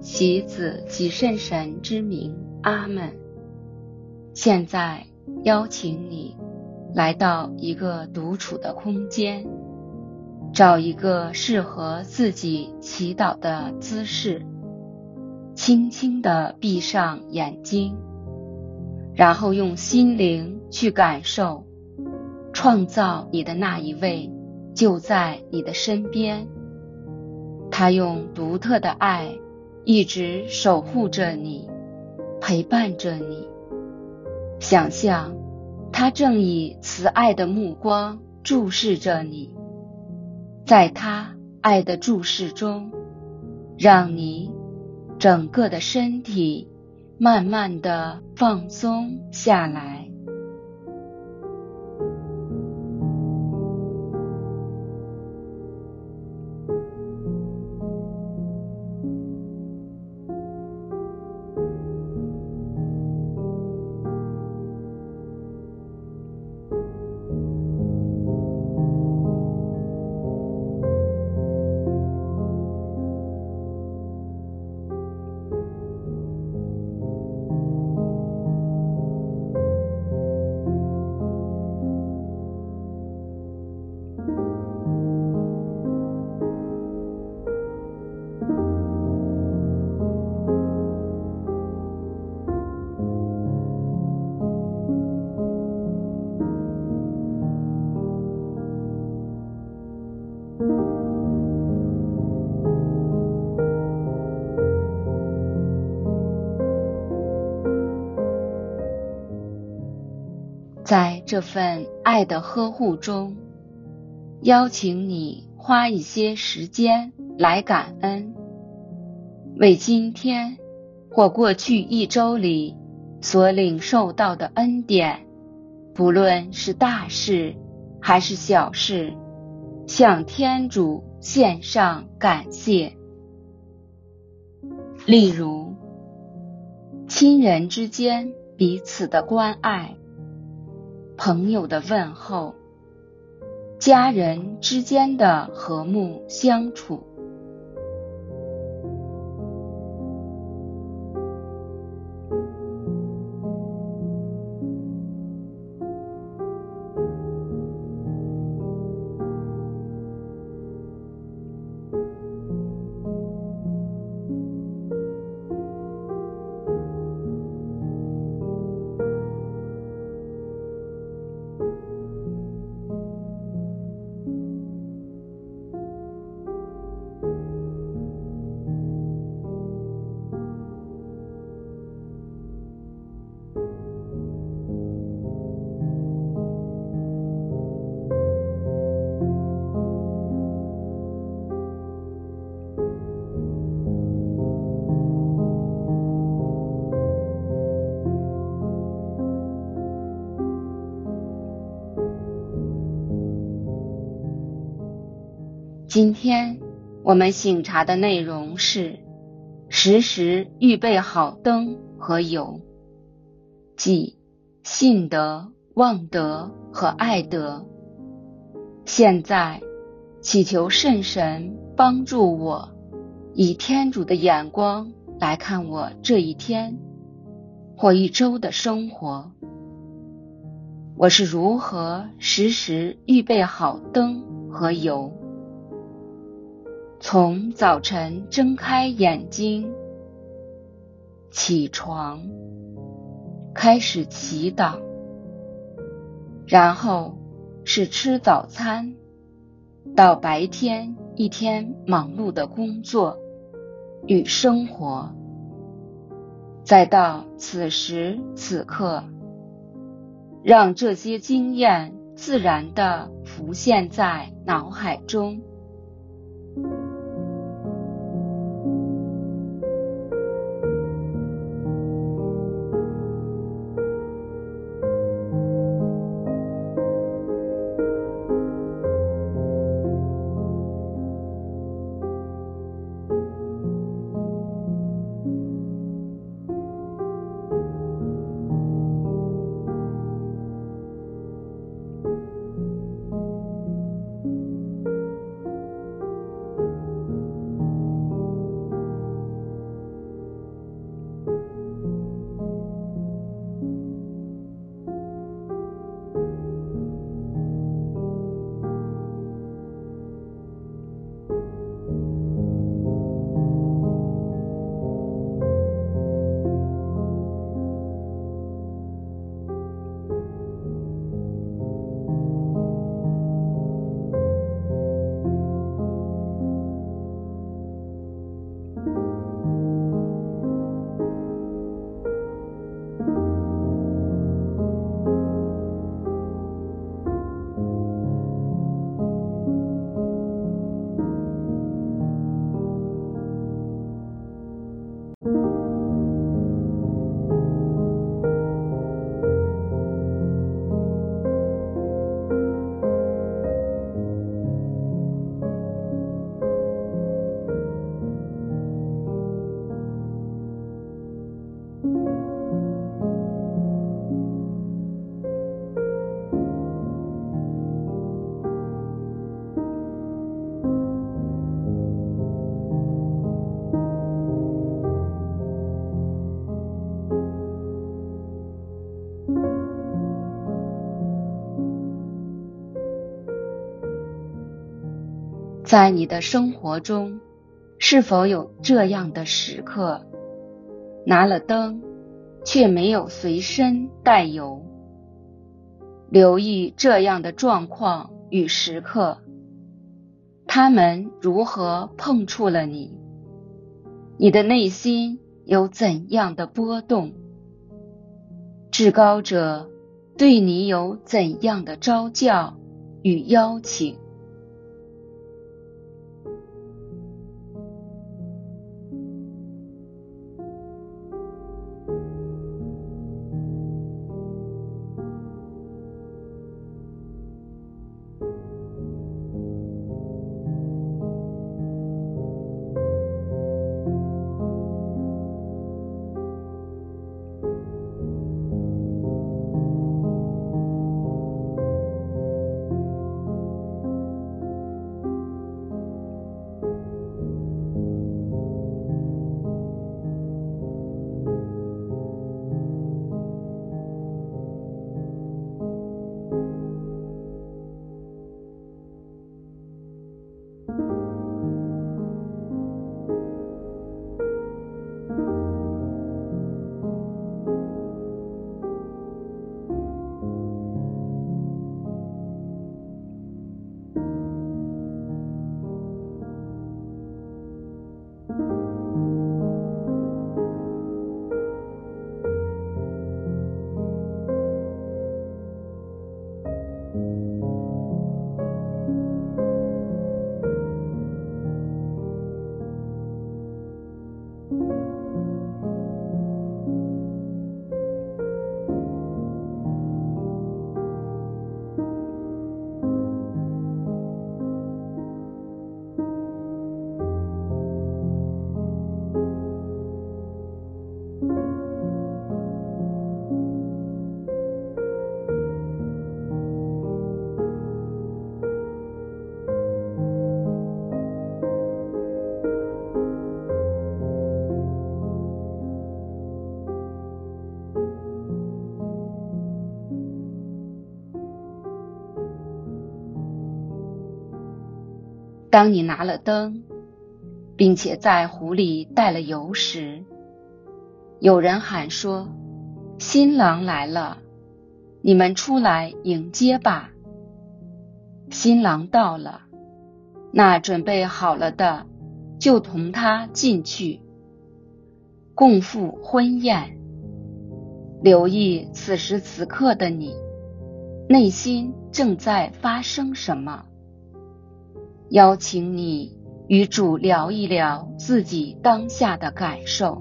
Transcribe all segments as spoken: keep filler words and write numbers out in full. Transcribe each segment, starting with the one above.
其子及圣神之名，阿们。现在邀请你来到一个独处的空间，找一个适合自己祈祷的姿势，轻轻地闭上眼睛，然后用心灵去感受创造你的那一位就在你的身边，他用独特的爱一直守护着你，陪伴着你。想象他正以慈爱的目光注视着你，在他爱的注视中，让你整个的身体慢慢地放松下来。在这份爱的呵护中，邀请你花一些时间来感恩，为今天或过去一周里所领受到的恩典，不论是大事还是小事，向天主献上感谢。例如，亲人之间彼此的关爱，朋友的问候，家人之间的和睦相处。今天我们省察的内容是时时预备好灯和油，即信德、望德和爱德。现在祈求圣神帮助我，以天主的眼光来看我这一天或一周的生活。我是如何时时预备好灯和油？从早晨睁开眼睛，起床，开始祈祷，然后是吃早餐，到白天一天忙碌的工作与生活，再到此时此刻，让这些经验自然地浮现在脑海中。 在你的生活中，是否有这样的时刻，拿了灯，却没有随身带油？留意这样的状况与时刻，它们如何碰触了你？你的内心有怎样的波动？至高者对你有怎样的召叫与邀请？当你拿了灯，并且在壶里带了油时，有人喊说：新郎来了，你们出来迎接吧。新郎到了，那准备好了的就同他进去，共赴婚宴。留意此时此刻的你，内心正在发生什么？邀请你与主聊一聊自己当下的感受。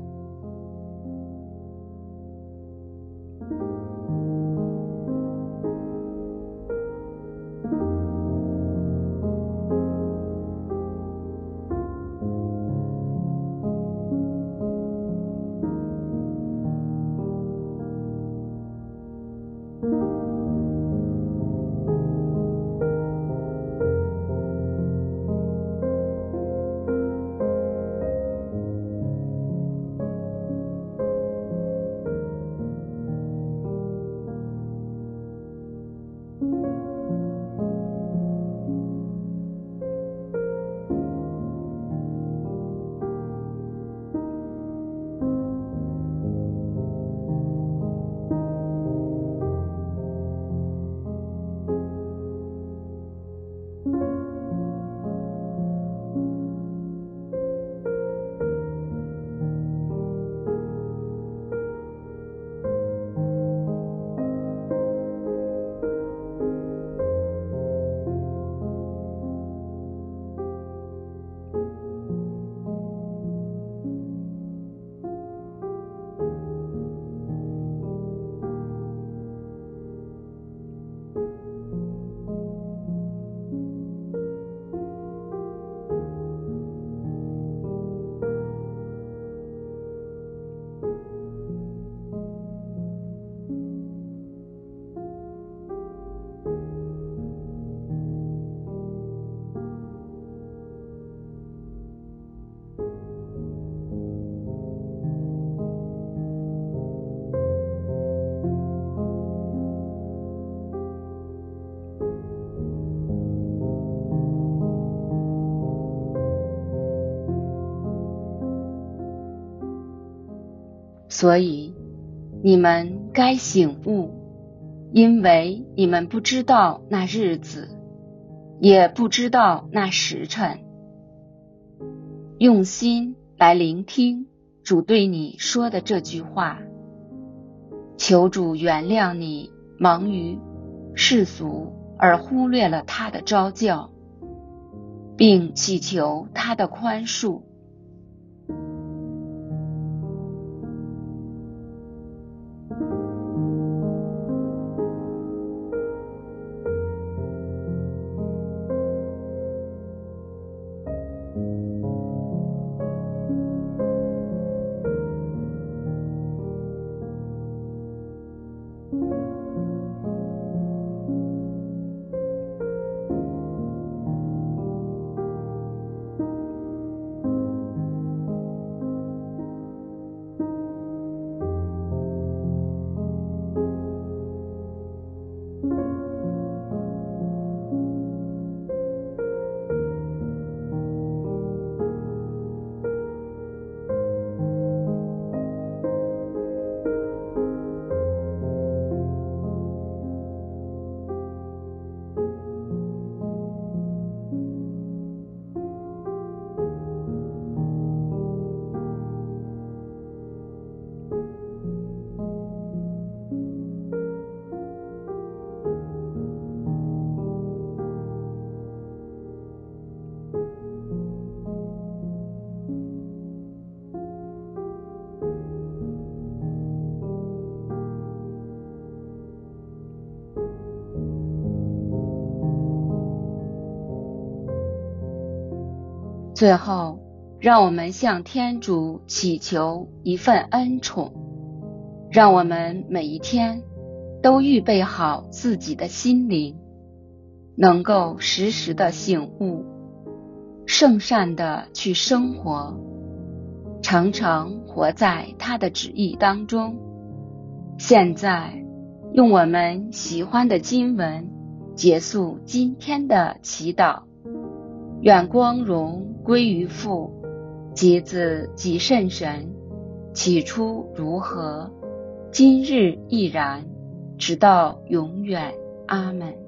所以你们该醒悟，因为你们不知道那日子，也不知道那时辰。用心来聆听主对你说的这句话，求主原谅你忙于世俗而忽略了他的召教，并祈求他的宽恕。最后，让我们向天主祈求一份恩宠，让我们每一天都预备好自己的心灵，能够时时的醒悟，圣善的去生活，常常活在他的旨意当中。现在，用我们喜欢的经文结束今天的祈祷。愿光荣归于父，及子，及圣神，起初如何，今日亦然，直到永远。阿们。